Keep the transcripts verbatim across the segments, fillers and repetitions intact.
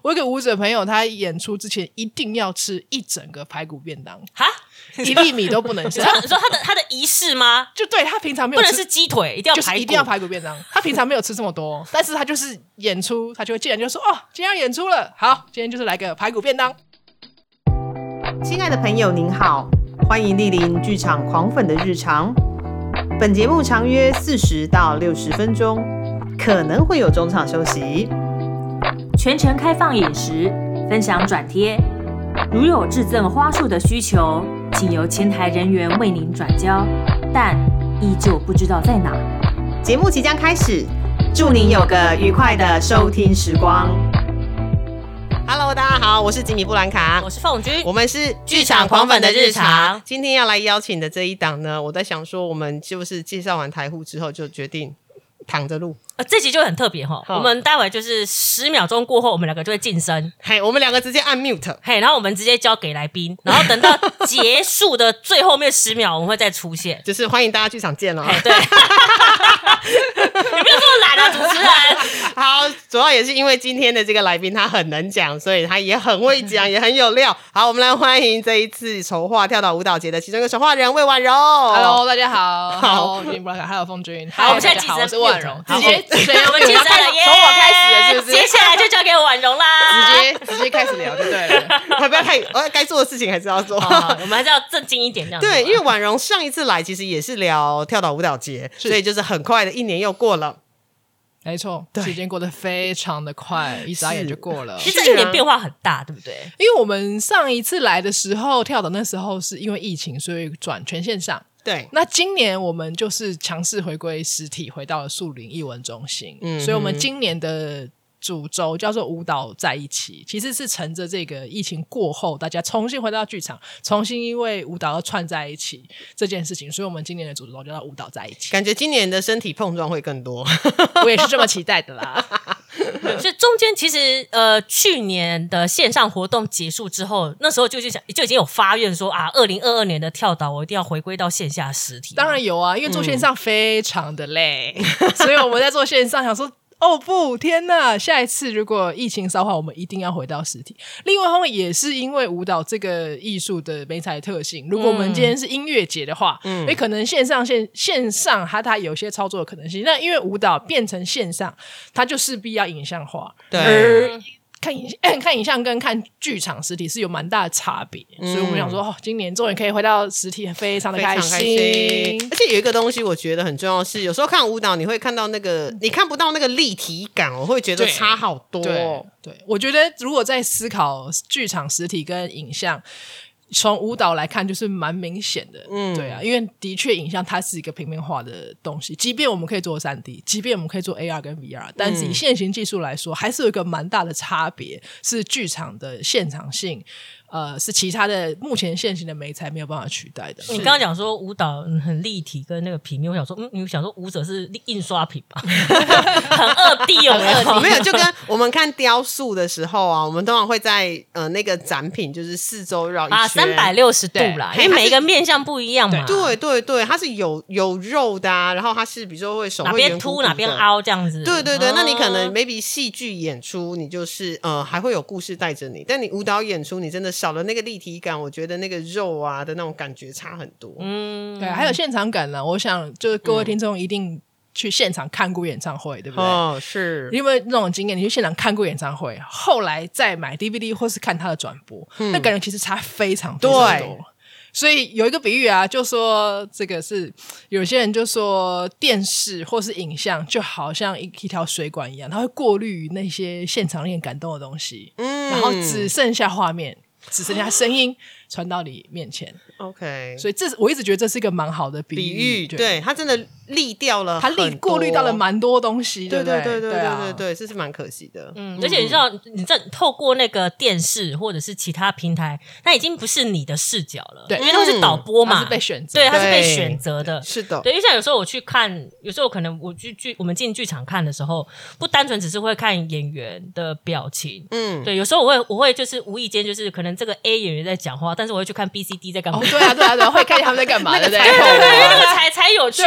我有个舞者朋友，他演出之前一定要吃一整个排骨便当， 哈， 一粒米都不能下。 你说他的他的仪式吗？ 就对他平常没有吃， 不能是鸡腿，一定要排骨， 就是一定要排骨便当。他平常没有吃这么多，但是他就是演出，他就会既然就说哦，今天要演出了，好，今天就是来个排骨便当。 亲爱的朋友您好，欢迎莅临剧场狂粉的日常。本节目长约四十到六十分钟，可能会有中场休息。 全程开放饮食，分享转贴。如有致赠花束的需求，请由前台人员为您转交，但依旧不知道在哪。 节目即将开始，祝您有个愉快的收听时光。Hello， 大家好，我是吉米布兰卡， 我是凤君， 我们是剧场狂粉的日常。 今天要来邀请的这一档呢，我在想说，我们就是介绍完台呼之后，就决定躺着录。 呃，这集就很特别哈，我们待会就是十秒钟过后，我们两个就会晋升， 嘿，我们两个直接按 mute， 嘿，然后我们直接交给来宾，然后等到结束的最后面十秒，我们会再出现， 就是欢迎大家剧场见了。 嘿，对，你不要这么懒啊，主持人。 好，主要也是因为今天的这个来宾他很能讲，所以他也很会讲，也很有料。好，我们来欢迎这一次筹划跳岛舞蹈节的其中一个筹划人魏婉柔。 Hello， 大家好。好，吉米布兰卡，还有凤君。 好，我们现在好，我是婉柔，直接。 我们晋升了耶！ 从我开始了，是不是？ 接下来就交给婉容啦， 直接直接开始聊就对了。 不要太，我该做的事情还是要做。 哦、我们还是要正经一点这样子。 对，因为婉容上一次来其实也是聊跳岛舞蹈节，所以就是很快的一年又过了。 没错，时间过得非常的快，一眨眼就过了。 其实这一年变化很大，对不对？ 因为我们上一次来的时候，跳岛那时候是因为疫情，所以转全线上。 对， 那今年我们就是强势回归实体，回到了树林艺文中心，嗯，所以我们今年的主轴叫做舞蹈在一起，其实是乘着这个疫情过后，大家重新回到剧场，重新因为舞蹈要串在一起这件事情，所以我们今年的主轴叫做舞蹈在一起。 感觉今年的身体碰撞会更多， 我也是这么期待的啦。 所以中间其实呃，去年的线上活动结束之后，那时候就就想就已经有发愿说啊，二零二二年的跳岛我一定要回归到线下实体。 当然有啊，因为做线上非常的累，嗯、所以我们在做线上想说。哦不，天哪！下一次如果疫情稍缓，我们一定要回到实体。另外一方面也是因为舞蹈这个艺术的媒材特性，如果我们今天是音乐节的话，嗯，可能线上线线上它它有些操作的可能性。那因为舞蹈变成线上，它就势必要影像化， 对。 而看影看影像跟看剧场实体是有蛮大的差别，嗯、所以我们想说，哦，今年终于可以回到实体，非常的开心。 开心而且有一个东西，我觉得很重要的是，有时候看舞蹈，你会看到那个，你看不到那个立体感，我会觉得差好多。 对，对，我觉得如果在思考剧场实体跟影像。从舞蹈来看就是蛮明显的，嗯，对啊，因为的确影像它是一个平面化的东西，即便我们可以做 三 D， 即便我们可以做 A R 跟 V R， 但是以现行技术来说，还是有一个蛮大的差别，是剧场的现场性，呃，是其他的目前现行的媒材没有办法取代的。 你刚刚讲说舞蹈很立体跟那个平面，我想说，嗯，你想说舞者是印刷品吧？很二 D 哦，很二 D。 没有，就跟我们看雕塑的时候啊，我们通常会在呃那个展品就是四周绕一圈。啊三百六十度啦，因为每一个面向不一样嘛。 对对对，它是有有肉的啊，然后它是比如说会手会哪边凸哪边凹这样子。 对对对，哦、那你可能 maybe 戏剧演出，你就是呃还会有故事带着你，但你舞蹈演出，你真的少了那个立体感，我觉得那个肉啊的那种感觉差很多。 嗯，对，还有现场感呢。我想就是各位听众一定。去现场看过演唱会，对不对？ 哦，是。 你有没有那种经验？你去现场看过演唱会，后来再买 D V D 或是看他的转播，嗯、那感觉其实差非常非常多。所以有一个比喻啊，就说这个是有些人就说电视或是影像就好像一一条水管一样，它会过滤那些现场令人感动的东西，嗯，然后只剩下画面，只剩下声音传到你面前。 OK， 所以这我一直觉得这是一个蛮好的比喻， 比喻对, 对它真的滤掉了很多， 它滤过滤到了蛮多东西， 对对对对对对对 对,、啊、 对, 对，这是蛮可惜的。 嗯，而且你知道，你这透过那个电视或者是其他平台，那已经不是你的视角了， 对， 因为都是导播嘛， 它是被选择， 对，它是被选择的， 是的， 对。因为像有时候我去看，有时候可能我去剧我们进剧场看的时候，不单纯只是会看演员的表情，嗯，对，有时候我会我会就是无意间就是可能这个 A 演员在讲话，但是我会去看 B、C、D 在干嘛， 哦、对啊对啊对啊，会看他们在干嘛，对不对？ 对对对，因为那个才才有趣， 然后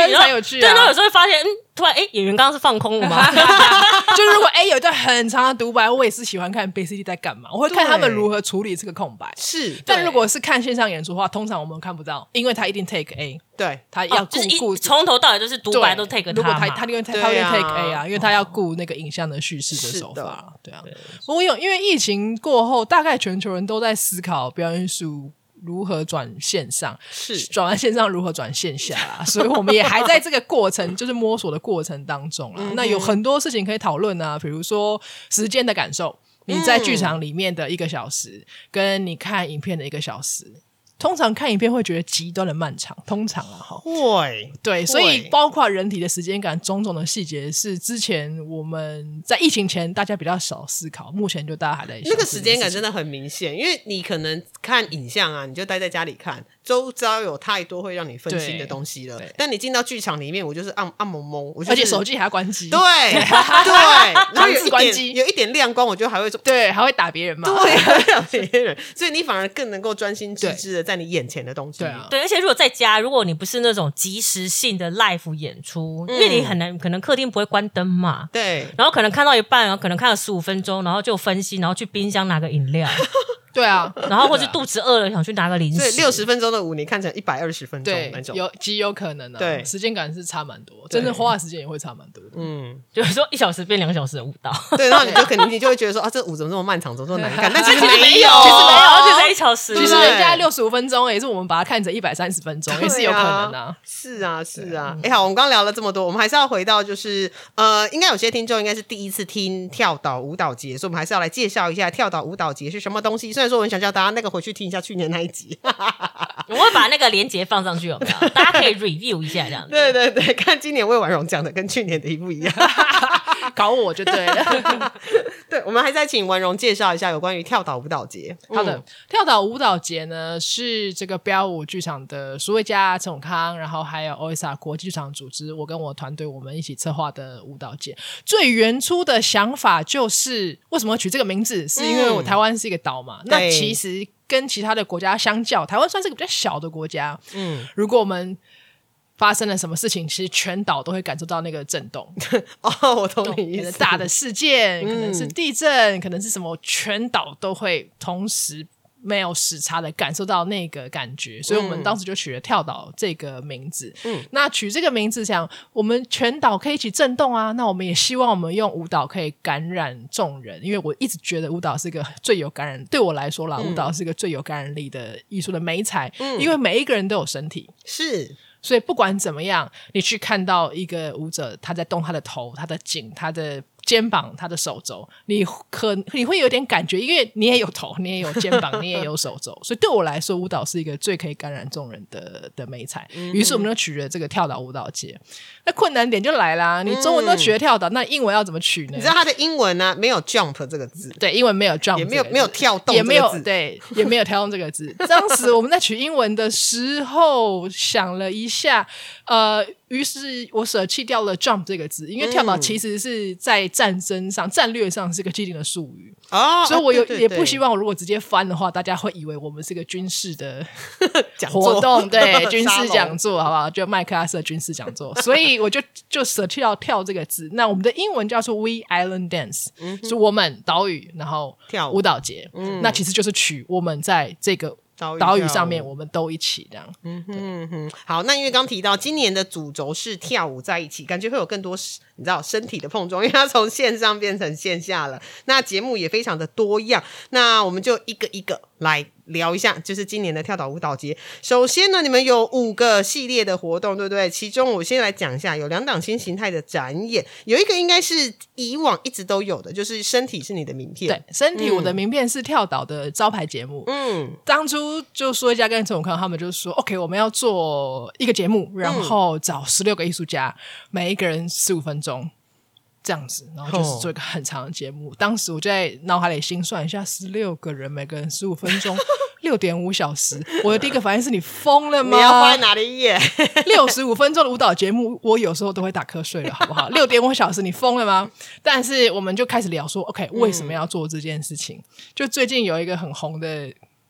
趣啊。 对，那有时候会发现，嗯，突然哎，演员刚刚是放空了吗？ 就如果 A 有一段很长的独白，我也是喜欢看 B C D 在干嘛，我会看他们如何处理这个空白。 是， 但如果是看线上演出的话，通常我们看不到，因为他一定 take A， 对他要顾顾、 哦、从头到尾都是独白都 take 他嘛。 如果他他因为他他会 take A 啊，因为他要顾那个影像的叙事的手法。对啊，不过因为疫情过后，大概全球人都在思考表演术如何转线上，是转完线上如何转线下啦，所以我们也还在这个过程，就是摸索的过程当中啦。嗯、那有很多事情可以讨论啊，比如说时间的感受，你在剧场里面的一个小时，嗯、跟你看影片的一个小时。通常看影片会觉得极端的漫长，通常啊， 会对，所以包括人体的时间感，种种的细节是之前我们在疫情前大家比较少思考，目前就大家还在想那个时间感真的很明显，因为你可能看影像啊，你就待在家里看，周遭有太多会让你分心的东西了。但你进到剧场里面，我就是按按蒙蒙，我就是、 而且手机还要关机， 对对，然后有一关机， 有一点亮光，我就还会说， 对，还会打别人嘛， 对，还会打别人，所以你反而更能够专心致志的在你眼前的东西。 对啊， 对，而且如果在家，如果你不是那种即时性的 live 演出，嗯、因为你很难，可能客厅不会关灯嘛， 对， 然后可能看到一半，然后可能看了十五分钟，然后就分析，然后去冰箱拿个饮料。 对啊， 然后或者肚子饿了想去拿个零食， 对，六十分钟的舞你看成一百二十分钟那种， 有极有可能啊。 对， 时间感是差蛮多，真的花的时间也会差蛮多的。 嗯， 就是说一小时变两小时的舞蹈， 对，然后你就肯定你就会觉得说啊，这舞怎么这么漫长，怎么这么难看？但其实没有， 其实没有， 就才一小时。 其实人家六十五分钟，也是我们把它看成一百三十分钟，也是有可能啊。 是啊，是啊。哎，好，我们刚刚聊了这么多，我们还是要回到就是呃，应该有些听众应该是第一次听跳岛舞蹈节，所以我们还是要来介绍一下跳岛舞蹈节是什么东西。虽然说我很想叫大家那个回去听一下去年那一集， 我会把那个连结放上去，有没有？大家可以 review 一下这样子。 对对对，看今年魏婉容讲的跟去年的一不一样， 搞我就对了。 对，我们还在请婉容介绍一下有关于跳岛舞蹈节。 好的，嗯、跳岛舞蹈节呢是这个标舞剧场的苏慧佳、陈永康，然后还有 O S A 国际剧场组织，我跟我团队我们一起策划的舞蹈节。最原初的想法就是为什么取这个名字，是因为我台湾是一个岛嘛，嗯、那其实跟其他的国家相较，台湾算是个比较小的国家。嗯，如果我们发生了什么事情，其实全岛都会感受到那个震动。 哦，我懂你意思。 大的事件，可能是地震，嗯、可能是什么，全岛都会同时没有时差的感受到那个感觉，所以我们当时就取了跳岛这个名字。嗯，那取这个名字想我们全岛可以一起震动啊，那我们也希望我们用舞蹈可以感染众人，因为我一直觉得舞蹈是一个最有感染，对我来说啦，嗯、舞蹈是一个最有感染力的艺术的媒材，嗯、因为每一个人都有身体， 是。 所以不管怎么样，你去看到一个舞者他在动他的头、他的颈、他的肩膀、他的手肘，你可你会有点感觉，因为你也有头，你也有肩膀，你也有手肘，所以对我来说，舞蹈是一个最可以感染众人的的媒材。于是我们就取了这个跳岛舞蹈节。那困难点就来啦，你中文都学跳岛，嗯、那英文要怎么取呢？ 你知道它的英文呢、啊、没有 jump 这个字， 对，英文没有 jump， 也没有没有跳动， 也没有对，也没有跳动这个字。当时我们在取英文的时候想了一下，呃。于是我舍弃掉了 jump 这个字，因为跳岛其实是在战争上、嗯、战略上是个既定的术语、哦、所以我有、啊、对对对也不希望我如果直接翻的话，大家会以为我们是个军事的活动，对，军事讲座，好不好？就麦克阿瑟军事讲座，所以我就就舍弃掉跳这个字。那我们的英文叫做 We Island Dance，、嗯、是我们岛屿，然后舞蹈节，那其实就是取我们在这个岛屿, 岛屿上面我们都一起这样。嗯哼嗯哼，好，那因为刚提到今年的主轴是跳舞在一起，感觉会有更多你知道身体的碰撞，因为它从线上变成线下了。那节目也非常的多样，那我们就一个一个来聊一下，就是今年的跳岛舞蹈节。首先呢，你们有五个系列的活动，对不对？其中我先来讲一下，有两档新形态的展演，有一个应该是以往一直都有的，就是身体是你的名片。 对，身体我的名片是跳岛的招牌节目。嗯，当初就说一家跟陈永康他们就说 OK， 我们要做一个节目，然后找十六个艺术家，每一个人十五分钟这样子，然后就是做一个很长的节目。哦、当时我就在脑海里心算一下，十六个人每个人十五分钟六点五小时，我的第一个反应是你疯了吗？ 你要花在哪里演六十五分钟的舞蹈节目，我有时候都会打瞌睡了，好不好？六点五小时你疯了吗？但是我们就开始聊说 OK 为什么要做这件事情、嗯、就最近有一个很红的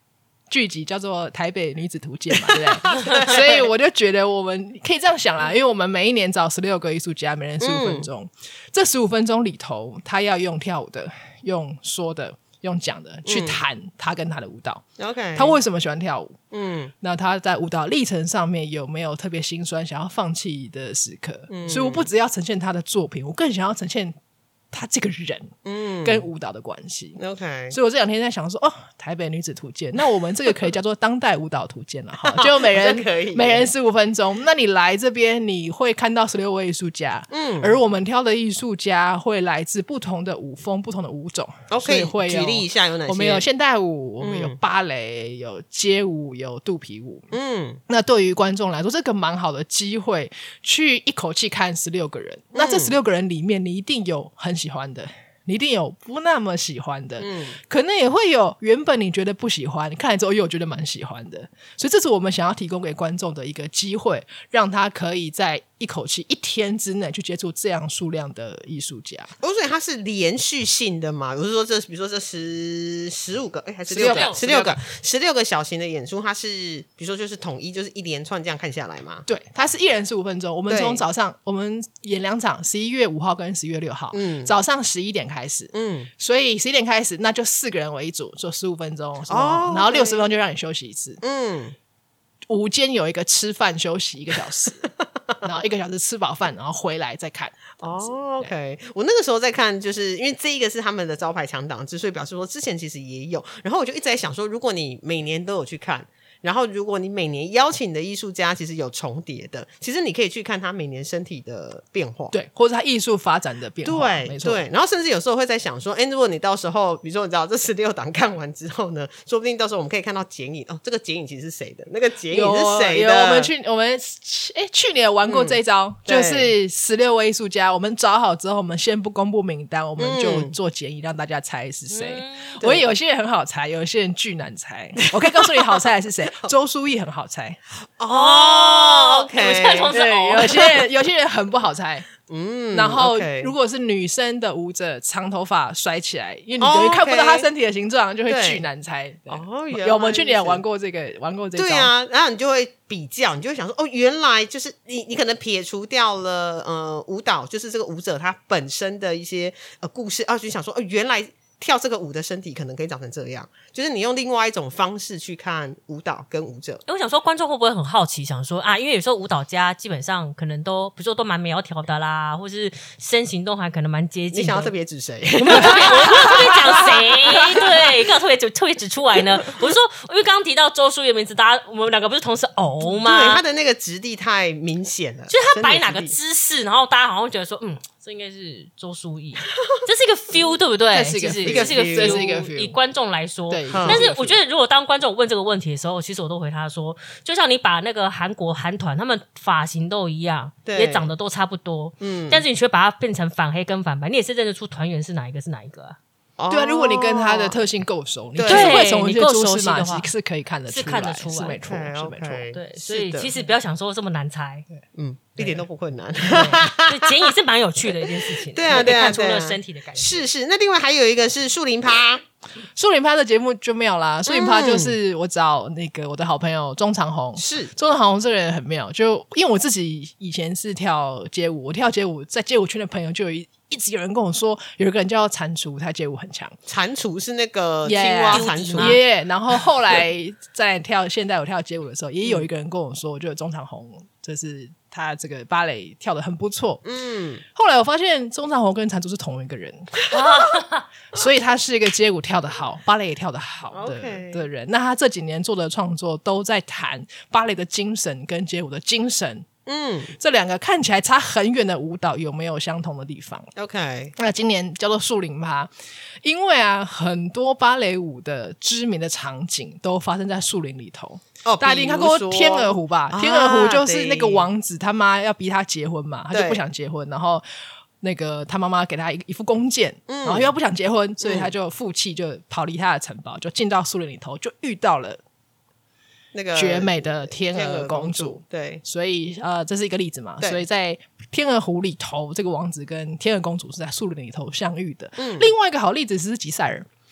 剧集叫做《台北女子图鉴》嘛，对不对？所以我就觉得我们可以这样想啦，因为我们每一年找十六个艺术家，每人十五分钟、嗯，这十五分钟里头，他要用跳舞的，用说的。用讲的去谈他跟他的舞蹈、 嗯、OK， 他为什么喜欢跳舞？ 嗯， 那他在舞蹈历程上面有没有特别心酸想要放弃的时刻、嗯、所以我不只要呈现他的作品，我更想要呈现他这个人嗯跟舞蹈的关系、 嗯、OK， 所以我这两天在想说哦，台北女子图鉴，那我们这个可以叫做当代舞蹈图鉴了哈，就每人每人十五分钟，那你来这边你会看到十六位艺术家，嗯，而我们挑的艺术家会来自不同的舞风不同的舞种 OK， 所以会有举例一下有哪些？ 我们有现代舞，我们有芭蕾、嗯、有街舞，有肚皮舞， 嗯， 那对于观众来说这个蛮好的机会去一口气看十六个人、嗯、那这十六个人里面你一定有很喜欢的，你一定有不那么喜欢的、嗯、可能也会有原本你觉得不喜欢，你看了之后又觉得蛮喜欢的，所以这是我们想要提供给观众的一个机会，让他可以在一口气一天之内去接触这样数量的艺术家。 哦，所以它是连续性的嘛？比如说这，比如说这十十五个，哎，还是十六个，十六个，十六个小型的演出，它是比如说就是统一，就是一连串这样看下来吗？ 对，它是一人十五分钟。我们从早上我们演两场，十一月五号跟十一月六号，嗯，早上十一点开始，嗯，所以十一点开始，那就四个人为一组，做十五分钟，哦，然后六十分钟就让你休息一次，嗯，午间有一个吃饭休息一个小时。然后一个小时吃饱饭，然后回来再看。 哦 ，OK， 我那个时候在看，就是因为这一个是他们的招牌强档制，所以表示说之前其实也有。然后我就一直在想说，如果你每年都有去看，然后如果你每年邀请的艺术家其实有重叠的，其实你可以去看他每年身体的变化， 对，或者他艺术发展的变化， 对，没错。对，然后甚至有时候会在想说，哎，如果你到时候，比如说你知道这十六档看完之后呢，说不定到时候我们可以看到剪影哦，这个剪影其实是谁的？那个剪影是谁的？ 有，有我们去我们哎去年玩过这一招，嗯、就是十六位艺术家，我们找好之后，我们先不公布名单，我们就做剪影，让大家猜是谁。嗯、我有些人很好猜，有些人巨难猜。我可以告诉你好猜的是谁？周书毅很好猜哦 ，OK， 对，有些人有些人很不好猜，嗯，然后、okay. 如果是女生的舞者，长头发甩起来，因为你等于看不到她身体的形状， oh, okay. 就会巨难猜。哦，有我们去年玩过这个，玩过这招， 对啊，然后你就会比较，你就会想说，哦，原来就是你，你可能撇除掉了呃舞蹈，就是这个舞者他本身的一些呃故事，啊，就想说，哦，原来。跳这个舞的身体可能可以长成这样，就是你用另外一种方式去看舞蹈跟舞者。 我想说观众会不会很好奇，想说啊，因为有时候舞蹈家基本上可能都比如说都蛮苗条的啦，或是身形都还可能蛮接近的。 你想要特别指谁？ 我没有特别，我没有特别讲谁，对，刚好特别指特别指出来呢。我是说，因为刚刚提到周书毅的名字，大家我们两个不是同时哦吗？ 对，他的那个质地太明显了， 就是他摆哪个姿势，然后大家好像觉得说，嗯。这应该是周书毅，这是一个 feel 对不对？ 这是一个 feel， 这是一个 feel， 这是一个 feel。 以观众来说， 对， 但是我觉得如果当观众问这个问题的时候，其实我都回他说，就像你把那个韩国韩团，他们发型都一样，也长得都差不多，嗯，但是你却把它变成反黑跟反白，你也是认得出团员是哪一个是哪一个啊？ 哦、对啊，如果你跟他的特性够熟，你就是会从一些蛛丝马迹是可以看得出来， 是看得出来， 是没错， okay, 是没错。 Okay, 对，所以其实不要想说这么难猜， 嗯，一点都不困难。 对，剪影是蛮有趣的一件事情， 对啊，对啊， 看出了身体的感觉。 是是，那另外还有一个是树林趴， 树林趴的节目就妙啦。树林趴就是我找那个我的好朋友钟长宏， 是钟长宏这个人很妙，就因为我自己以前是跳街舞，我跳街舞在街舞圈的朋友就有一。一直有人跟我说，有一个人叫蟾蜍，他街舞很强。 蟾蜍是那个青蛙蟾蜍， 耶、yeah, 。然后后来在跳现代我跳街舞的时候，也有一个人跟我说，我觉得钟长宏就是他这个芭蕾跳得很不错。嗯，后来我发现钟长宏跟蟾蜍是同一个人，所以他是一个街舞跳得好，芭蕾也跳得好的、okay. 的人。那他这几年做的创作都在谈芭蕾的精神跟街舞的精神。嗯，这两个看起来差很远的舞蹈有没有相同的地方 ？OK， 那今年叫做树林趴，因为啊，很多芭蕾舞的知名的场景都发生在树林里头。哦，大家一定看过天鹅湖吧？天鹅湖就是那个王子他妈要逼他结婚嘛，他就不想结婚，然后那个他妈妈给他一一副弓箭、嗯，然后又不想结婚，所以他就负气就跑离他的城堡，就进到树林里头，就遇到了。那个绝美的天鹅公主， 对， 所以呃，这是一个例子嘛。所以在天鹅湖里头，这个王子跟天鹅公主是在树林里头相遇的。嗯，另外一个好例子是吉赛尔，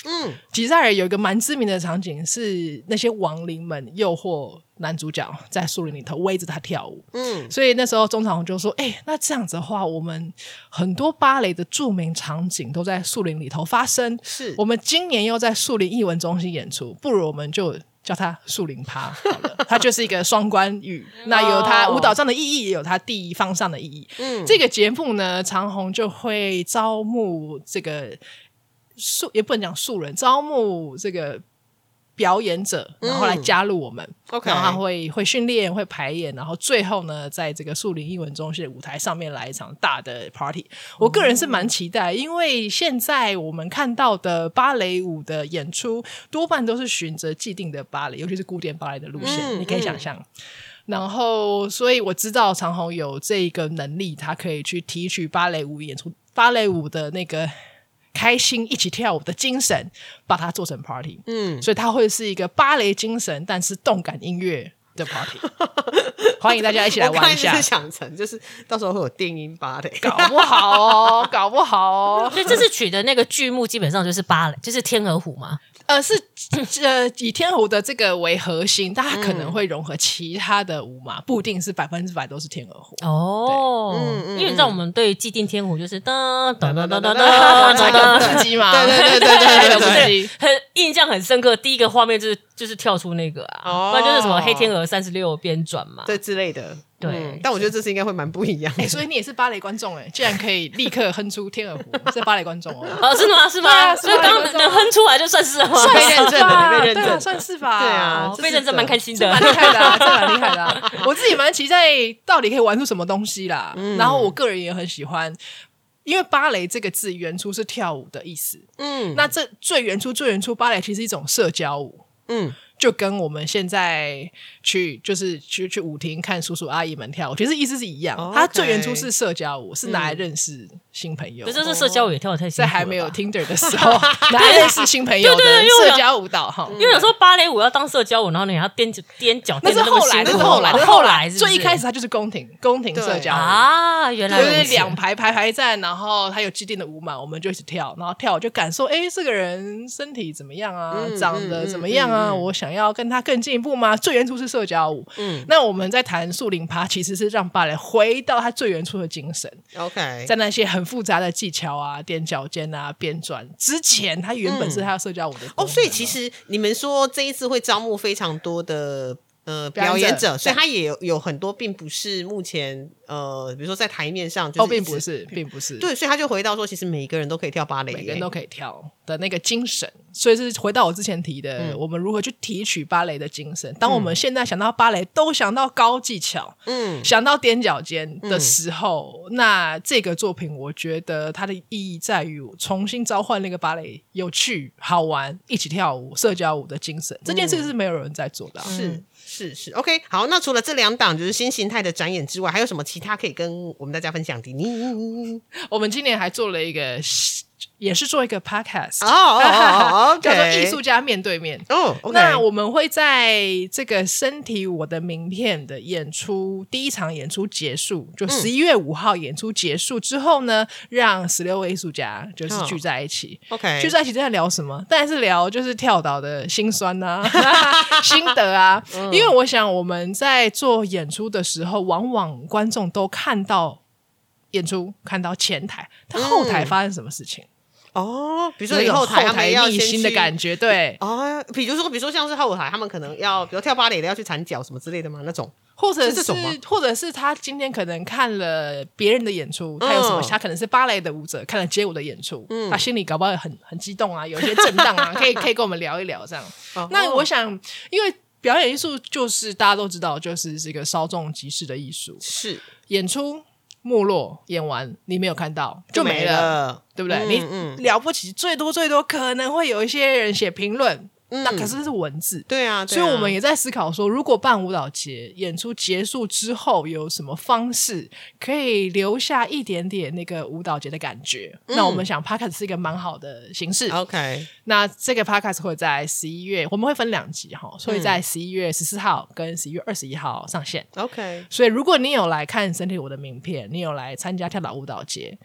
嗯，吉赛尔有一个蛮知名的场景是那些亡灵们诱惑男主角在树林里头围着他跳舞，嗯，所以那时候钟长宏就说哎、欸，那这样子的话我们很多芭蕾的著名场景都在树林里头发生， 是我们今年又在树林艺文中心演出，不如我们就叫它树林趴好了，它就是一个双关语那有它舞蹈上的意义，也有它地方上的意义、嗯、这个节目呢长宏就会招募这个素也不能讲素人，招募这个表演者，然后来加入我们、嗯、然后他会会训练会排演，然后最后呢在这个树林艺文中心的舞台上面来一场大的 party。 我个人是蛮期待，因为现在我们看到的芭蕾舞的演出多半都是循着既定的芭蕾，尤其是古典芭蕾的路线、嗯、你可以想象、嗯，然后所以我知道长宏有这个能力，他可以去提取芭蕾舞演出芭蕾舞的那个开心一起跳舞的精神，把它做成 party， 嗯，所以它会是一个芭蕾精神但是动感音乐的 party 欢迎大家一起来玩一下。 我刚才是想成就是到时候会有电音芭蕾， 搞不好哦搞不好哦。 所以这次取的那个剧目基本上就是芭蕾，就是天鹅湖嘛， 呃，是呃以天鹅湖的这个为核心，但它可能会融合其他的舞嘛，不一定是百分之百都是天鹅湖哦。嗯，因为你知道我们对既定天湖就是哒哒哒哒哒哒哒哒司机嘛， 对对对对对对对，很印象很深刻。第一个画面就是就是跳出那个啊，哦、不然就是什么黑天鹅三十六边转嘛， 对之类的。 对、 嗯，但我觉得这次应该会蛮不一样的、 欸、所以你也是芭蕾观众哎，竟然可以立刻哼出天鹅湖，是芭蕾观众哦。 哦，是吗？是吗？所以刚刚能哼出来就算是了吗？ 算被认证的，被认证， 对啊，算是吧。 对啊， 被认证蛮开心的， 蛮厉害的啊，这蛮厉害的啊。我自己蛮期待到底可以玩出什么东西啦。嗯、然后我个人也很喜欢。因为芭蕾这个字原初是跳舞的意思，嗯，那这最原初最原初芭蕾其实是一种社交舞，嗯，就跟我们现在去就是去去舞厅看叔叔阿姨们跳舞，其实意思是一样。哦、它最原初是社交舞，是拿来认识新朋友。 可是这社交舞也跳得太辛苦了吧， 在还没有 Tinder 的时候，拿来认识新朋友的社交舞蹈哈。 因为有时候芭蕾舞要当社交舞，然后你还要踮踮脚， 那是后来，那是后来， 后来是最一开始它就是宫廷宫廷社交舞啊，原来就是两排排排站，然后它有既定的舞码，我们就一起跳，然后跳就感受，哎，这个人身体怎么样啊，嗯、长得怎么样啊、嗯嗯嗯，我想要跟他更进一步吗？最原初是社交舞，嗯，那我们在谈树林趴，其实是让芭蕾回到它最原初的精神。 OK， 在那些很复杂的技巧啊，踮脚尖啊，边转之前，它原本是它社交舞的、嗯、 哦，所以其实你们说这一次会招募非常多的呃表演者，所以他也有有很多并不是目前呃，比如说在台面上就是、 哦，并不是，并不是， 对，所以他就回到说，其实每一个人都可以跳芭蕾， 每个人都可以跳的那个精神。所以是回到我之前提的、嗯、我们如何去提取芭蕾的精神。当我们现在想到芭蕾都想到高技巧，嗯，想到踮脚尖的时候、嗯、那这个作品我觉得它的意义在于重新召唤那个芭蕾有趣好玩一起跳舞社交舞的精神、嗯、这件事是没有人在做的、啊、 是是是 OK。 好，那除了这两档就是新形态的展演之外，还有什么其他可以跟我们大家分享的？ 我们今年还做了一个也是做一个 podcast 哦、oh, oh, oh, okay. 叫做艺术家面对面哦、oh, okay. 那我们会在这个身体我的名片的演出第一场演出结束，就十一月五号演出结束之后呢、嗯、让十六位艺术家就是聚在一起、 oh, OK 聚在一起在聊什么？当然是聊就是跳岛的辛酸啊心得啊、嗯、因为我想我们在做演出的时候往往观众都看到演出看到前台，他后台发生什么事情、嗯、 哦，比如说你后台他们要逆心的感觉，对哦，比如说比如说像是后台他们可能要比如跳芭蕾的要去缠脚什么之类的吗？那种或者 是, 是这种吗？ 或者是他今天可能看了别人的演出、嗯、他有什么他可能是芭蕾的舞者看了街舞的演出、嗯、他心里搞不好很很激动啊，有一些震荡啊可以可以跟我们聊一聊这样、哦、那我想因为表演艺术就是大家都知道就是是一个稍纵即逝的艺术，是演出没落演完你没有看到就没了, 就没了对不对、嗯、你了不起最多最多可能会有一些人写评论、嗯、那可是这是文字， 对啊, 对啊， 所以我们也在思考说如果办舞蹈节演出结束之后有什么方式可以留下一点点那个舞蹈节的感觉、嗯、那我们想 Podcast 是一个蛮好的形式 OK。 那这个 Podcast 会在十一月我们会分两集，所以在十一月十四号跟十一月二十一号上线 OK。 所以如果你有来看身体我的名片，你有来参加跳岛舞蹈节，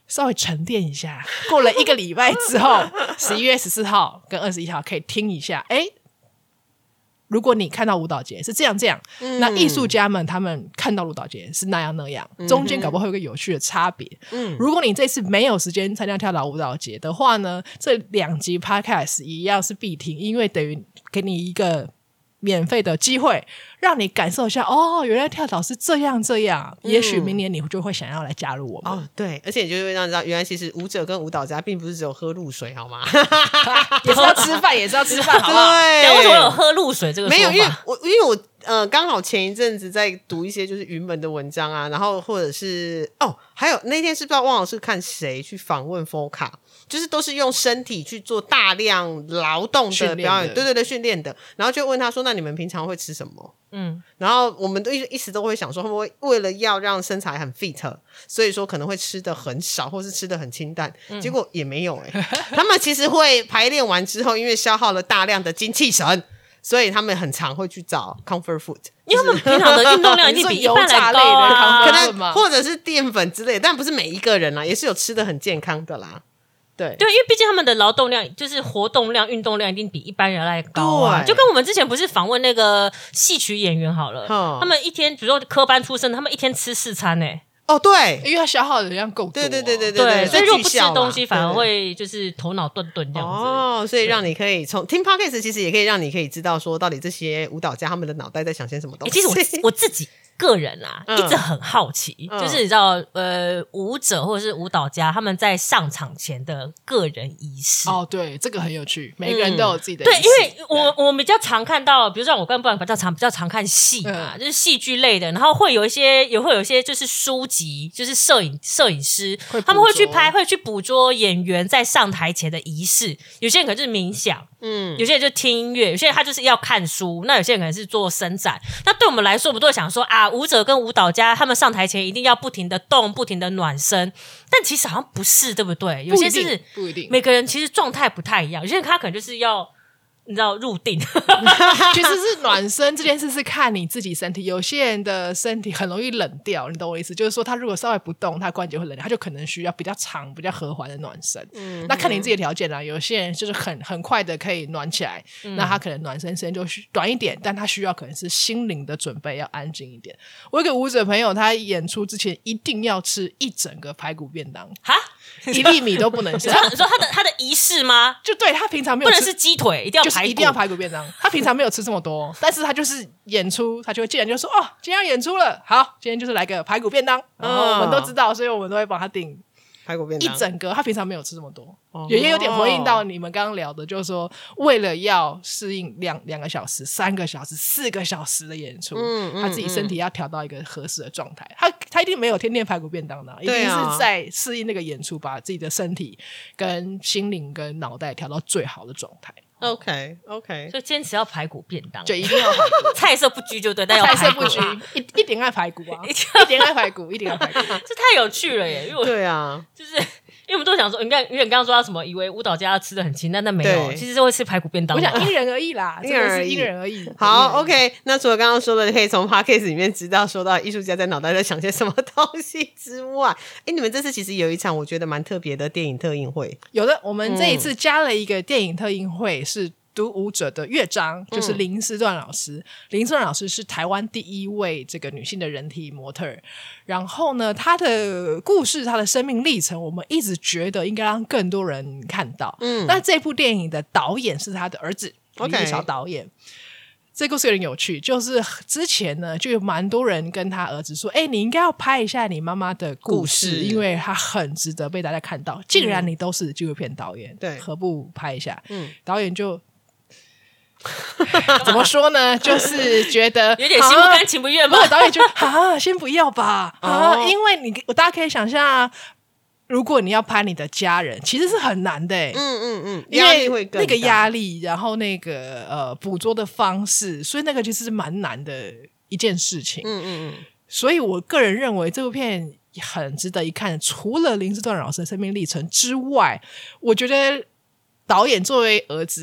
稍微沉淀一下，过了一个礼拜之后十一月十四号跟二十一号可以听一下，哎，如果你看到舞蹈节是这样这样、嗯、那艺术家们他们看到舞蹈节是那样那样、嗯、中间搞不好会有个有趣的差别、嗯、如果你这次没有时间参加跳岛舞蹈节的话呢，这两集 podcast 一样是必听，因为等于给你一个免费的机会让你感受一下，哦，原来跳岛是这样这样、嗯、也许明年你就会想要来加入我们。 哦，对，而且你就会让你知道原来其实舞者跟舞蹈家并不是只有喝露水好吗也是要吃饭也是要吃饭好不好？ 对，为什么有喝露水这个说法？ 没有，因为我因为我呃刚好前一阵子在读一些就是云门的文章啊，然后或者是哦还有那天是不知道忘了是看谁去访问 F O C A， 就是都是用身体去做大量劳动的表演，对对对，训练的，然后就问他说那你们平常会吃什么？嗯，然后我们都一一直都会想说，会不会为了要让身材很 fit， 所以说可能会吃的很少，或是吃的很清淡、嗯、结果也没有哎、欸，他们其实会排练完之后，因为消耗了大量的精气神，所以他们很常会去找 comfort food， 因为他们平常的运动量一定比一般来高啊， 可能或者是淀粉之类的，但不是每一个人啦，也是有吃的很健康的啦。对对，因为毕竟他们的劳动量就是活动量运动量一定比一般人来高啊，就跟我们之前不是访问那个戏曲演员好了、嗯、他们一天比如说科班出身，他们一天吃四餐欸。 哦对， 因为他消耗的能量够多、啊、 对对对对对, 对, 对， 所以如果不吃东西反而会就是头脑顿顿这样子哦，所以让你可以从听 podcast 其实也可以让你可以知道说到底这些舞蹈家他们的脑袋在想些什么东西、 欸、其实我我自己个人啊、嗯、一直很好奇、嗯、就是你知道呃舞者或者是舞蹈家他们在上场前的个人仪式。 哦对，这个很有趣，每个人都有自己的仪式、嗯、对，因为我我比较常看到，比如说我跟不然比较常比较常看戏嘛、嗯、就是戏剧类的，然后会有一些也会有一些就是书籍，就是摄影摄影师他们会去拍会去捕捉演员在上台前的仪式，有些人可能就是冥想，嗯，有些人就听音乐，有些人他就是要看书，那有些人可能是做伸展。那对我们来说我们都会想说啊，舞者跟舞蹈家他们上台前一定要不停的动不停的暖身，但其实好像不是，对不对？有些是不一定， 每个人其实状态不太一样，有些人他可能就是要你知道入定其实是暖身这件事是看你自己身体，有些人的身体很容易冷掉，你懂我意思，就是说他如果稍微不动他关节会冷掉，他就可能需要比较长比较和缓的暖身、嗯、那看你自己的条件啦，有些人就是很很快的可以暖起来、嗯、那他可能暖身时间就短一点，但他需要可能是心灵的准备要安静一点。我有个舞者朋友，他演出之前一定要吃一整个排骨便当，哈，一粒米都不能吃。 你说他的他的仪式吗？ 就对，他平常没有吃， 不能是鸡腿，一定要排骨， 就是一定要排骨便当。他平常没有吃这么多，但是他就是演出，他就会既然就说哦，今天要演出了，好，今天就是来个排骨便当，然后我们都知道，所以我们都会帮他订排骨便当一整个。他平常没有吃这么多，哦、也有点回应到你们刚刚聊的，就是说为了要适应两两个小时、三个小时、四个小时的演出，嗯嗯、他自己身体要调到一个合适的状态。他他一定没有天天排骨便当的、啊，一定是在适应那个演出，把自己的身体、跟心灵、跟脑袋调到最好的状态。 OK OK， 所以坚持要排骨便当， 就一定要排骨， 菜色不拘就对，但要排骨菜色不拘，一一点爱排骨啊，一点爱排骨，一点爱排骨， 这太有趣了耶！因为我对啊， 就是因为我们都想说，你看，因为你刚刚说他什么，以为舞蹈家吃的很清淡，但没有，其实是会吃排骨便当。 我想因人而异啦，因人而异，因人而异。 好 ，OK， 那除了刚刚说的，可以从 podcast 里面知道说到艺术家在脑袋在想些什么东西之外，哎，你们这次其实有一场我觉得蛮特别的电影特映会。 有的，我们这一次加了一个电影特映会，是读舞者的乐章，就是林思段老师、嗯、林思段老师是台湾第一位这个女性的人体模特，然后呢她的故事她的生命历程我们一直觉得应该让更多人看到。嗯，那这部电影的导演是他的儿子李玉桥导演。这故事有点有趣，就是之前呢就有蛮多人跟他儿子说，哎、欸，你应该要拍一下你妈妈的故事，因为他很值得被大家看到，既然你都是纪录片导演、嗯、对，何不拍一下。嗯，导演就怎么说呢，就是觉得有点心不甘情不愿吧。 导演就啊，先不要吧、啊哦、因为你大家可以想象，如果你要拍你的家人其实是很难的、欸、嗯嗯嗯，压力会更大，那个压力，然后那个呃捕捉的方式，所以那个其实是蛮难的一件事情。嗯嗯嗯，所以我个人认为这部片很值得一看，除了林思段老师的生命历程之外，我觉得导演作为儿子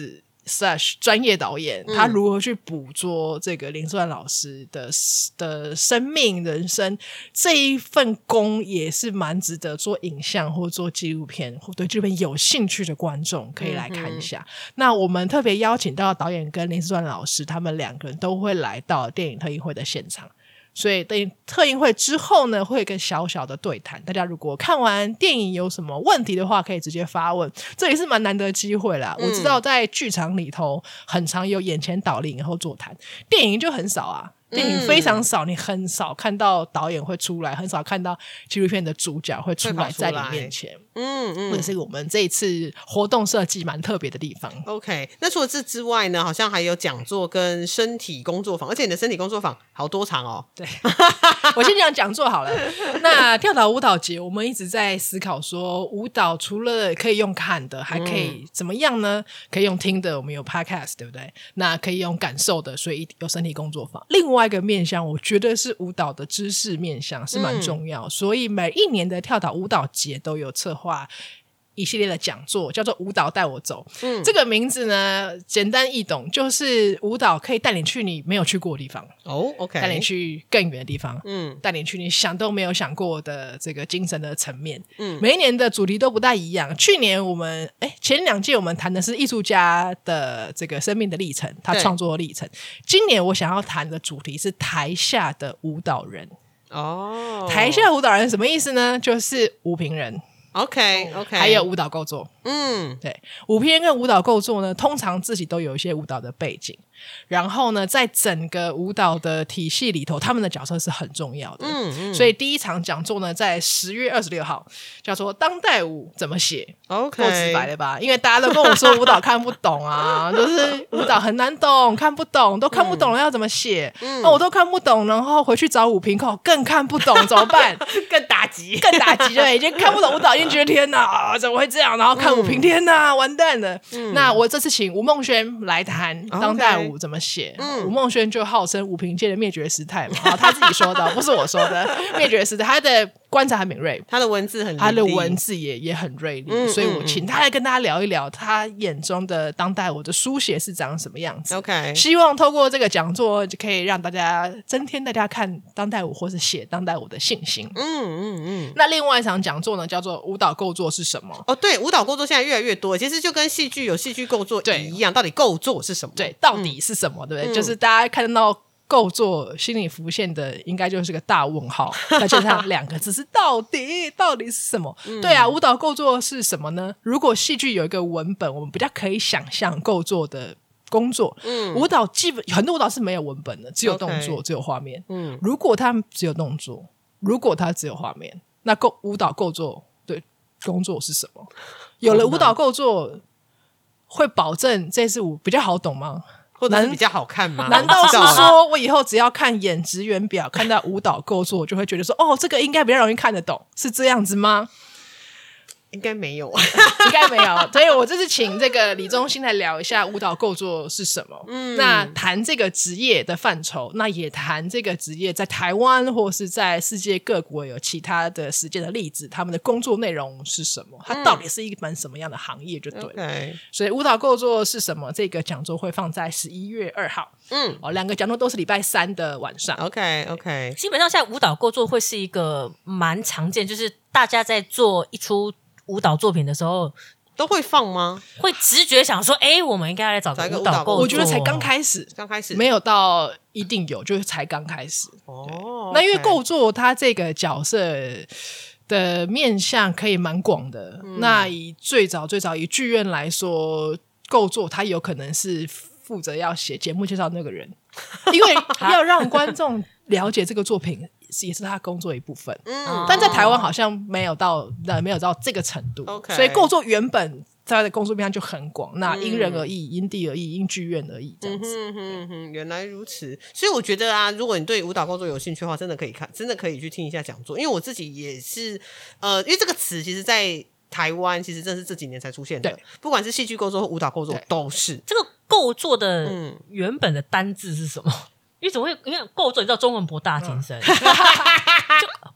slash 专业导演、嗯、他如何去捕捉这个林思万老师的的生命人生，这一份工也是蛮值得做影像或做纪录片或对纪录片有兴趣的观众可以来看一下、嗯、那我们特别邀请到导演跟林思万老师，他们两个人都会来到电影特映会的现场，所以等特映会之后呢，会有一个小小的对谈，大家如果看完电影有什么问题的话，可以直接发问，这也是蛮难得的机会啦、嗯、我知道在剧场里头很常有眼前导令然后座谈，电影就很少啊，电影非常少、嗯、你很少看到导演会出来，很少看到纪录片的主角会出来在你面前，嗯嗯，这是我们这一次活动设计蛮特别的地方。 OK， 那除了这之外呢，好像还有讲座跟身体工作坊，而且你的身体工作坊好多场哦。 对我先讲讲座好了那跳岛舞蹈节我们一直在思考说，舞蹈除了可以用看的还可以怎么样呢、嗯、可以用听的，我们有 podcast 对不对，那可以用感受的，所以有身体工作坊。另外一个面向我觉得是舞蹈的知识面向是蛮重要、嗯、所以每一年的跳岛舞蹈节都有策划一系列的讲座，叫做舞蹈带我走、嗯、这个名字呢简单易懂，就是舞蹈可以带你去你没有去过的地方哦 OK， 带你去更远的地方，嗯，带你去你想都没有想过的这个精神的层面，嗯，每一年的主题都不太一样。去年我们哎前两届我们谈的是艺术家的这个生命的历程，他创作的历程，今年我想要谈的主题是台下的舞蹈人哦，台下舞蹈人什么意思呢？就是舞评人 OK OK， 还有舞蹈构作，嗯，对，舞评人跟舞蹈构作呢，通常自己都有一些舞蹈的背景，然后呢，在整个舞蹈的体系里头，他们的角色是很重要的。嗯嗯，所以第一场讲座呢，在十月二十六号，叫做《当代舞怎么写》，OK， 够直白了吧？因为大家都跟我说舞蹈看不懂啊，就是舞蹈很难懂，看不懂，都看不懂了要怎么写？嗯，那我都看不懂，然后回去找舞评口更看不懂，怎么办？ 更打击， 更打击，对，已经看不懂舞蹈，已经觉得天哪、啊，怎么会这样？然后看舞评，嗯、天哪，完蛋了。嗯、那我这次请吴梦轩来谈当代舞怎么写。嗯、吴梦轩就号称舞评界的灭绝师太嘛，他自己说的，不是我说的。灭绝师太，他的观察很敏锐， 他的文字很， 他的文字也也很锐利，嗯、所以我请他来跟大家聊一聊他眼中的当代舞的书写是长什么样子。 OK， 希望透过这个讲座，就可以让大家增添大家看当代舞或是写当代舞的信心。嗯嗯嗯。那另外一场讲座呢，叫做舞蹈构作是什么？ 哦，对，舞蹈构作现在越来越多，其实就跟戏剧有戏剧构作一样，到底构作是什么？ 对，到底是什么？嗯、对不对？嗯、就是大家看到构作，心里浮现的应该就是个大问号，再加上两个字是到底到底是什么？嗯、对啊，舞蹈构作是什么呢？如果戏剧有一个文本，我们比较可以想象构作的工作。嗯，舞蹈基本很多舞蹈是没有文本的，只有动作， okay, 只有画面。嗯，如果它只有动作，如果它只有画面，那构舞蹈构作对工作是什么？有了舞蹈构作，会保证这支舞比较好懂吗？ 或者是比较好看吗？ 难道是说我以后只要看演职员表，看到舞蹈构作，就会觉得说，哦，这个应该比较容易看得懂，是这样子吗？ 应该没有应该没有，所以我这次请这个李宗兴来聊一下舞蹈构作是什么。嗯，那谈这个职业的范畴，那也谈这个职业在台湾或是在世界各国有其他的实践的例子，他们的工作内容是什么，它到底是一门什么样的行业就对了。嗯、所以舞蹈构作是什么，这个讲座会放在十一月二号。嗯，哦，两个讲座都是礼拜三的晚上。 OK OK， 基本上现在舞蹈构作会是一个蛮常见，就是大家在做一出舞蹈作品的时候都会放吗？ 会直觉想说，哎、欸，我们应该来找个舞蹈构作。 我觉得才刚开始， 刚开始没有到一定有，就是才刚开始。哦，那因为构作它这个角色的面向可以蛮广的。嗯、那以最早最早以剧院来说，构作它有可能是负责要写节目介绍那个人，因为要让观众了解这个作品。也是他工作一部分。嗯，但在台湾好像没有到没有到这个程度。Okay， 所以构作原本他的工作面向就很广，那因人而异，因地而异，因剧院而异这样子。嗯哼哼，原来如此。所以我觉得啊，如果你对舞蹈构作有兴趣的话，真的可以看，真的可以去听一下讲座。因为我自己也是呃，因为这个词其实在台湾其实真的是这几年才出现的，不管是戏剧构作或舞蹈构作都是。 这个构作的原本的单字是什么？因为怎么会？因为构作你知道中文博大精深，嗯、就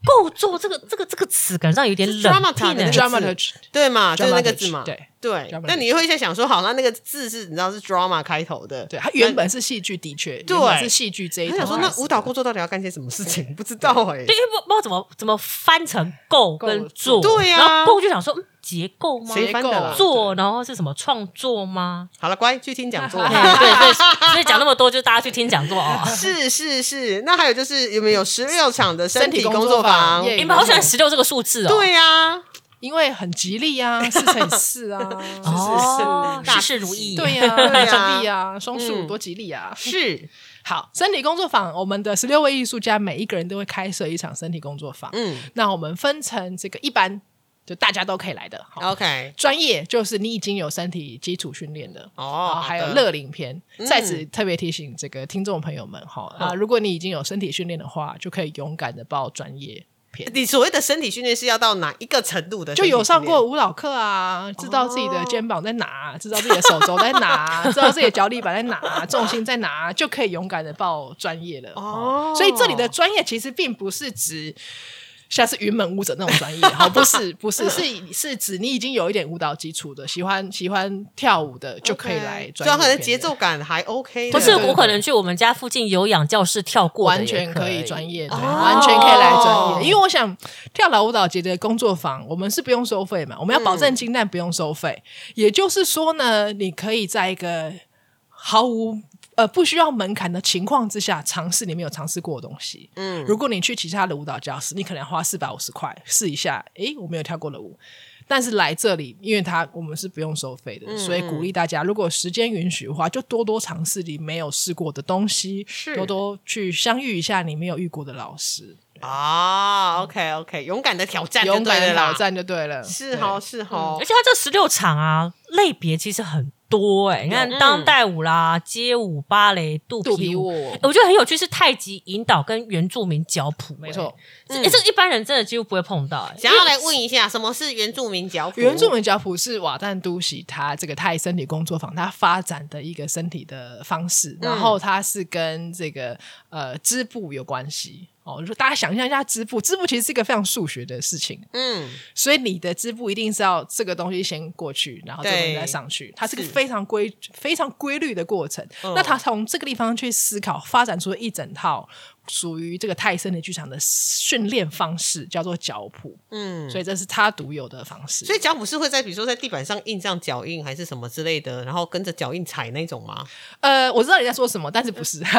构作这个这个这个词感上有点冷僻呢 ，dramaturgy 对嘛，就是那个字嘛， 对对。那你会在想说，好，那那个字是你知道是 drama 开头的， 对，它原本是戏剧，的确， 对， 原本是戏剧这一套。 他想说，那舞蹈构作到底要干些什么事情？不知道哎、欸， 对，因为不知道怎么怎么翻成构跟作， 对呀、啊， 然后构就想说，嗯，结构吗？ 谁翻的啦？ 作，然后是什么创作吗？ 好了，乖，去听讲座。 对对，所以讲那么多，就大家去听讲座啊。 是是是，那还有就是有没有十六场的身体工作坊？ 你们好喜欢十六这个数字哦。 对呀、啊。 因为很吉利啊，四乘以四啊， 哦，事事如意， 对呀、啊，吉利啊，双数、嗯、多吉利啊！ 是好，身体工作坊，我们的十六位艺术家每一个人都会开设一场身体工作坊。嗯，那我们分成这个一般，就大家都可以来的。 OK， 专业就是你已经有身体基础训练的哦， 还有乐龄篇。嗯、在此特别提醒这个听众朋友们哈、嗯、啊，如果你已经有身体训练的话，就可以勇敢的报专业。 你所谓的身体训练是要到哪一个程度的？ 就有上过舞蹈课啊，知道自己的肩膀在哪，知道自己的手肘在哪，知道自己的脚底板在哪，重心在哪，就可以勇敢的报专业了。哦，所以这里的专业其实并不是指像是云门舞者那种专业，好，不是不是是是指你已经有一点舞蹈基础的，喜欢喜欢跳舞的就可以来专业， 就可能节奏感还 OK。 不是，我可能去我们家附近有氧教室跳过， 完全可以专业，对，哦、完全可以来专业。因为我想跳岛舞蹈节的工作坊，我们是不用收费嘛，我们要保证金，但不用收费。嗯、也就是说呢，你可以在一个毫无呃，不需要门槛的情况之下，尝试你没有尝试过的东西。嗯，如果你去其他的舞蹈教室，你可能要花四百五十块试一下，诶，我没有跳过的舞。但是来这里，因为它我们是不用收费的，嗯、所以鼓励大家，如果时间允许的话，就多多尝试你没有试过的东西，多多去相遇一下你没有遇过的老师。 啊 ，OK OK， 勇敢的挑战就对了啦， 勇敢的挑战就对了， 是齁是齁、 嗯。而且它这十六场啊，类别其实很多哎、欸，你看当代舞啦、嗯、街舞、芭蕾、肚皮舞，欸、我觉得很有趣，是太极引导跟原住民脚谱、欸， 没错。 嗯欸、这个一般人真的几乎不会碰到、欸。 想要来问一下，什么是原住民脚谱？ 原住民脚谱是瓦旦都喜他这个泰身体工作坊他发展的一个身体的方式，然后它是跟这个呃织布有关系。哦，大家想象一下织布，织布其实是一个非常数学的事情，嗯，所以你的织布一定是要这个东西先过去，然后这个东西再上去，它是个非常规、非常规律的过程。嗯、那他从这个地方去思考，发展出了一整套属于这个泰身体剧场的训练方式，叫做脚谱。嗯，所以这是他独有的方式。 所以脚谱是会在比如说在地板上印上脚印，还是什么之类的，然后跟着脚印踩那种吗？ 呃，我知道你在说什么，但是不是。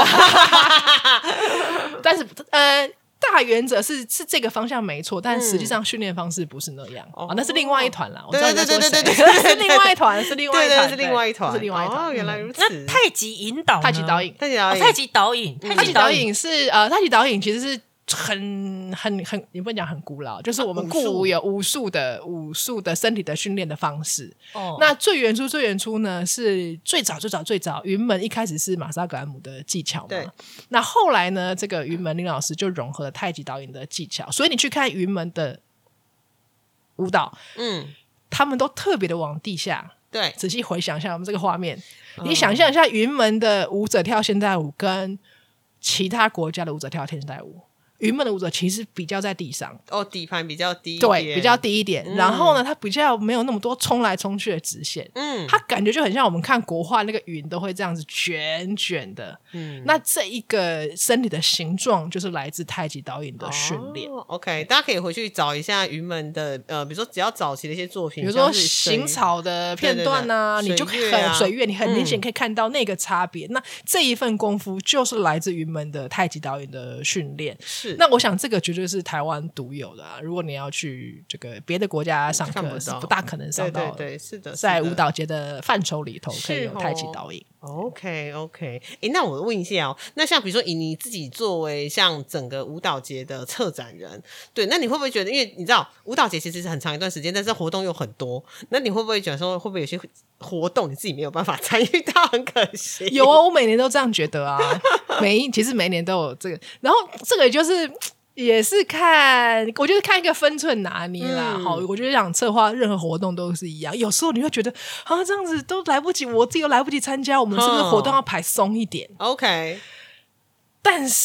但是呃，大原则是是这个方向没错，但实际上训练方式不是那样。哦，哦那是另外一团啦。我知道你在说谁，对对对对对，是另外一团，是另外一团， 是另外一团， 是另外一团。 哦，原来如此。 那太极引导呢， 太极导引， 太极导引， 太极导引， 太极导引是呃，太极导引其实是。很很很，你不能讲很古老，就是我们古有武术的武术的身体的训练的方式。哦，那最原初最原初呢，是最早最早最早云门一开始是马萨格兰姆的技巧嘛。对。那后来呢，这个云门林老师就融合了太极导引的技巧，所以你去看云门的舞蹈，嗯，他们都特别的往地下。 对， 仔细回想一下我们这个画面，嗯、你想象一下云门的舞者跳现代舞跟其他国家的舞者跳现代舞。云门的舞者其实比较在地上， 哦，底盘比较低一点， 对，比较低一点。嗯、然后呢，它比较没有那么多冲来冲去的直线，嗯，它感觉就很像我们看国画那个云都会这样子卷卷的，嗯。那这一个身体的形状就是来自太极导引的训练。 哦、OK， 大家可以回去找一下云门的，呃，比如说只要早期的一些作品， 比如说行草的片段啊，对对对，你就很水月，你很明显可以看到那个差别。嗯、那这一份功夫就是来自云门的太极导引的训练，是。那我想这个绝对是台湾独有的啊！如果你要去这个别的国家上课，是不大可能上到的。 对对对，是的， 在舞蹈节的范畴里头，可以有太极导引。 OK OK， 哎，那我问一下哦，那像比如说以你自己作为像整个舞蹈节的策展人，对，那你会不会觉得，因为你知道舞蹈节其实是很长一段时间，但是活动又很多，那你会不会觉得说，会不会有些活动你自己没有办法参与到，很可惜？ 有啊，我每年都这样觉得啊，每一其实每一年都有这个，然后这个就是。也是看，我觉得看一个分寸拿捏啦。好、嗯，我觉得想策划任何活动都是一样。有时候你会觉得啊，这样子都来不及，我自己又来不及参加，我们是不是活动要排松一点、 嗯、？OK。 但是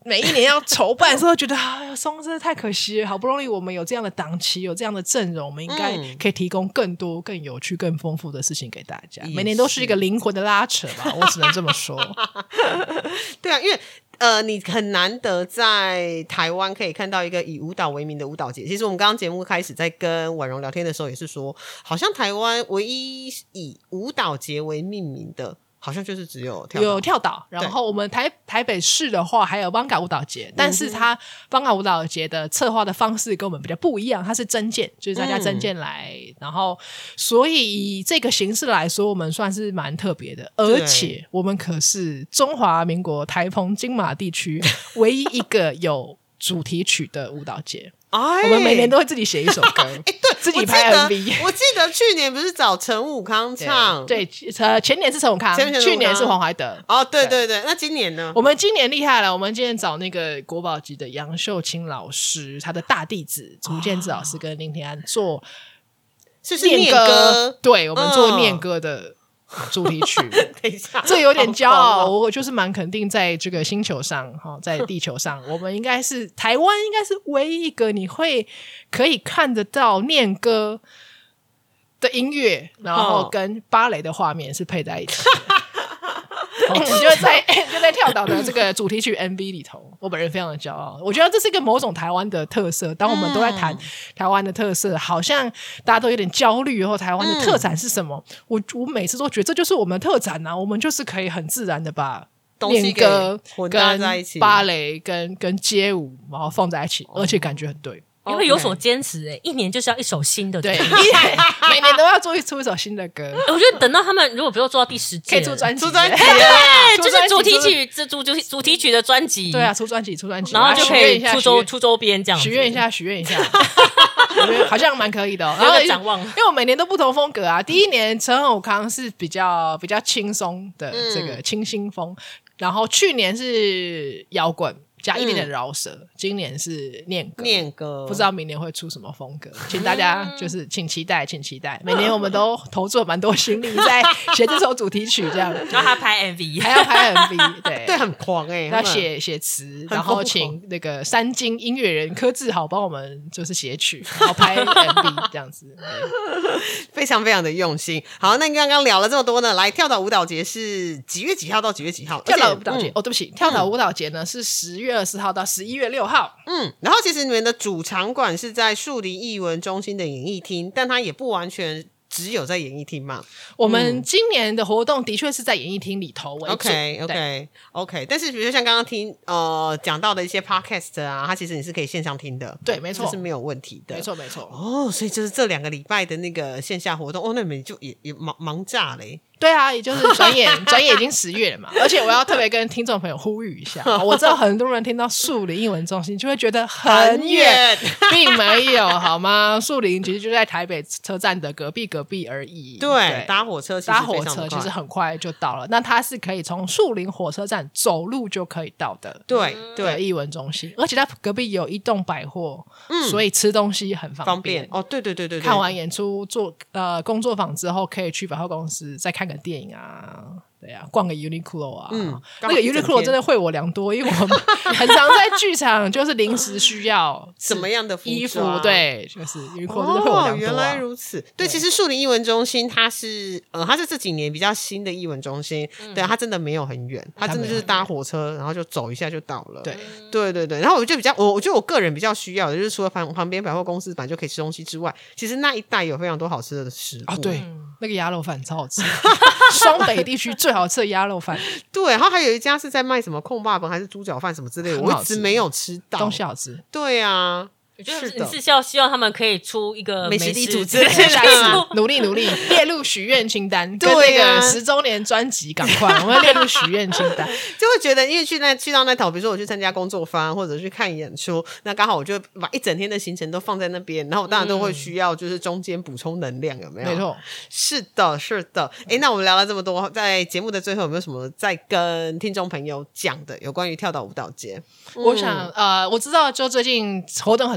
每一年要筹办的时候觉得啊，松真的太可惜了，好不容易我们有这样的档期，有这样的阵容，我们应该可以提供更多更有趣更丰富的事情给大家，每年都是一个灵魂的拉扯吧，我只能这么说。 对啊，因为呃，你很难得在台湾可以看到一个以舞蹈为名的舞蹈节。其实我们刚刚节目开始在跟婉容聊天的时候也是说，好像台湾唯一以舞蹈节为命名的好像就是只有跳岛， 有跳岛，然后我们台台北市的话还有邦嘎舞蹈节，但是它邦嘎舞蹈节的策划的方式跟我们比较不一样，它是征件，就是大家征件来、嗯、然后所以以这个形式来说我们算是蛮特别的，而且我们可是中华民国台澎金马地区唯一一个有主题曲的舞蹈节。我们每年都会自己写一首歌，哎、欸， 对， 自己拍 M V。 我记得去年不是找陈武康唱， 对，对前年是陈武康，去年是黄怀德。 哦，对对 对, 对，那今年呢？ 我们今年厉害了，我们今年找那个国宝级的杨秀清老师，他的大弟子朱建志老师跟林天安做是是念歌， 对，我们做念歌的。主题曲等一下， 这有点骄傲、哦、我就是蛮肯定在这个星球上在地球上我们应该是台湾应该是唯一一个你会可以看得到念歌的音乐然后跟芭蕾的画面是配在一起的你就在就在跳岛的这个主题曲 M V 里头，我本人非常的骄傲。我觉得这是一个某种台湾的特色。当我们都在谈台湾的特色，好像大家都有点焦虑，然后台湾的特产是什么？嗯、我我每次都觉得这就是我们的特产啊，我们就是可以很自然的把念歌跟芭蕾跟跟街舞然后放在一起，而且感觉很对。 你会有所坚持哎、欸，一年就是要一首新的歌， 对，每年都要做出一首新的歌。 我觉得等到他们如果比如说做到第十届， 可以出专辑， 出专辑， 对，就是主题曲，主主主题曲的专辑， 对啊，出专辑，出专辑， 然后就可以出周出周边这样， 许愿一下，许愿一下。我觉得好像蛮可以的、哦， 然后展望， 因为我每年都不同风格啊。第一年陈宏康是比较比较轻松的这个清新风，嗯、然后去年是摇滚。加一点点饶舌、嗯、今年是念歌念歌， 不知道明年会出什么风格，请大家就是请期待请期待。每年我们都投注了蛮多心力在写这首主题曲这样然后他拍 M V 还要拍 M V 对对，很狂欸， 要写写词，然后请那个三金音乐人柯志豪帮我们就是写曲，然后拍 M V 这样子非常非常的用心。好，那你刚刚聊了这么多呢，来跳岛舞蹈节是几月几号到几月几号？ 跳岛舞蹈节、嗯、哦对不起，跳岛舞蹈节呢是十月二十号到十一月六号。 嗯，然后其实你们的主场馆是在树林艺文中心的演艺厅，但它也不完全只有在演艺厅嘛。 我们今年的活动的确是在演艺厅里头为主。 OK OK OK， 但是比如说像刚刚听呃讲到的一些 podcast 啊，它其实你是可以线上听的， 对，没错， 这是没有问题的， 没错没错。 哦，所以就是这两个礼拜的那个线下活动，哦，那你们就也也忙忙炸嘞。 对啊，也就是转眼转眼已经十月了嘛，而且我要特别跟听众朋友呼吁一下，我知道很多人听到树林艺文中心就会觉得很远，并没有好吗？树林其实就在台北车站的隔壁隔壁而已。 对，对搭火车其实搭火车其实很快就到了，那它是可以从树林火车站走路就可以到的。 对对， 艺文中心，而且它隔壁有一栋百货、嗯，所以吃东西很方便。 方便哦，对对对 对, 对， 看完演出做呃工作坊之后，可以去百货公司再看个电影啊，对啊，逛个 Uniqlo 啊，嗯，那个 Uniqlo 真的惠我良多，因为我们很常在剧场就是临时需要什么样的衣服，对，就是 Uniqlo 真的惠我良多、啊哦。 原来如此，对，对其实树林艺文中心它是呃，它是这几年比较新的艺文中心，嗯、对，它真的没有很远，它真的就是搭火车，然后就走一下就到了。对，对对对。然后我就比较，我我觉得我个人比较需要的就是除了旁旁边百货公司本来就可以吃东西之外，其实那一带有非常多好吃的食物啊， 对。嗯那个鸭肉饭超好吃双北地区最好吃的鸭肉饭对，然后还有一家是在卖什么控霸本还是猪脚饭什么之类的，我一直没有吃到， 东西好吃。 对啊， 我觉得你是要希望他们可以出一个美食地图之类的，努力努力列入许愿清单，跟那个十周年专辑赶快我们要列入许愿清单就会觉得因为去那去到那头，比如说我去参加工作坊或者去看演出，那刚好我就把一整天的行程都放在那边，然后我当然都会需要就是中间补充能量，有没有？ 没错， 是的是的。诶，那我们聊了这么多，在节目的最后有没有什么再跟听众朋友讲的有关于跳岛舞蹈节？ 我想、嗯、呃，我知道就最近活动很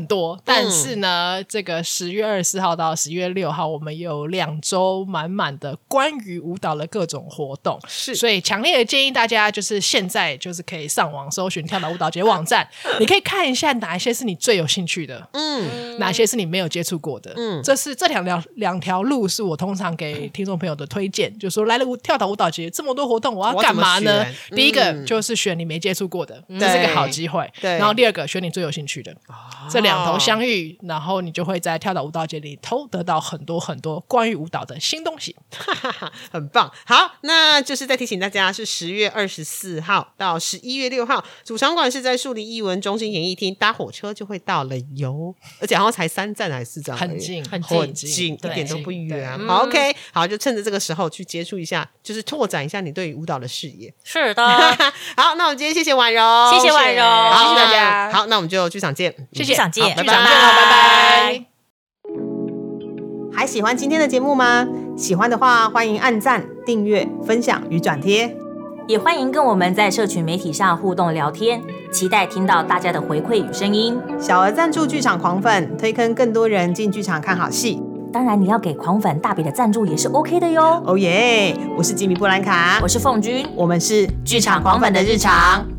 很多，但是呢，嗯、这个十月二十四号到十月六号，我们有两周满满的关于舞蹈的各种活动， 是， 所以强烈的建议大家就是现在就是可以上网搜寻跳岛舞蹈节网站，你可以看一下哪一些是你最有兴趣的，嗯，哪些是你没有接触过的，嗯，这是这两条两条路是我通常给听众朋友的推荐，就是说来了跳岛舞蹈节这么多活动，我要干嘛呢？嗯、第一个就是选你没接触过的，嗯、这是个好机会，对，然后第二个选你最有兴趣的，哦、这两头相遇，然后你就会在跳岛舞蹈节里头得到很多很多关于舞蹈的新东西， 很棒。好，那就是再提醒大家，是十月二十四号到十一月六号，主场馆是在树林艺文中心演艺厅，搭火车就会到了哟，而且好像才三站还是四站， 很近， 很近，很近，一点都不远啊。好 ，OK， 好，就趁着这个时候去接触一下，就是拓展一下你对于舞蹈的视野。 是的， 好，那我们今天谢谢婉柔， 谢谢婉柔， 好， 谢谢大家。 好，那我们就剧场见， 谢谢，剧场见， 拜拜，拜拜。 还喜欢今天的节目吗？喜欢的话，欢迎按赞、订阅、分享与转贴， 也欢迎跟我们在社群媒体上互动聊天，期待听到大家的回馈与声音。 小额赞助剧场狂粉，推坑更多人进剧场看好戏。 当然，你要给狂粉大笔的赞助也是 OK 的哟。 哦耶！我是吉米布兰卡， 我是凤君， 我们是剧场狂粉的日常。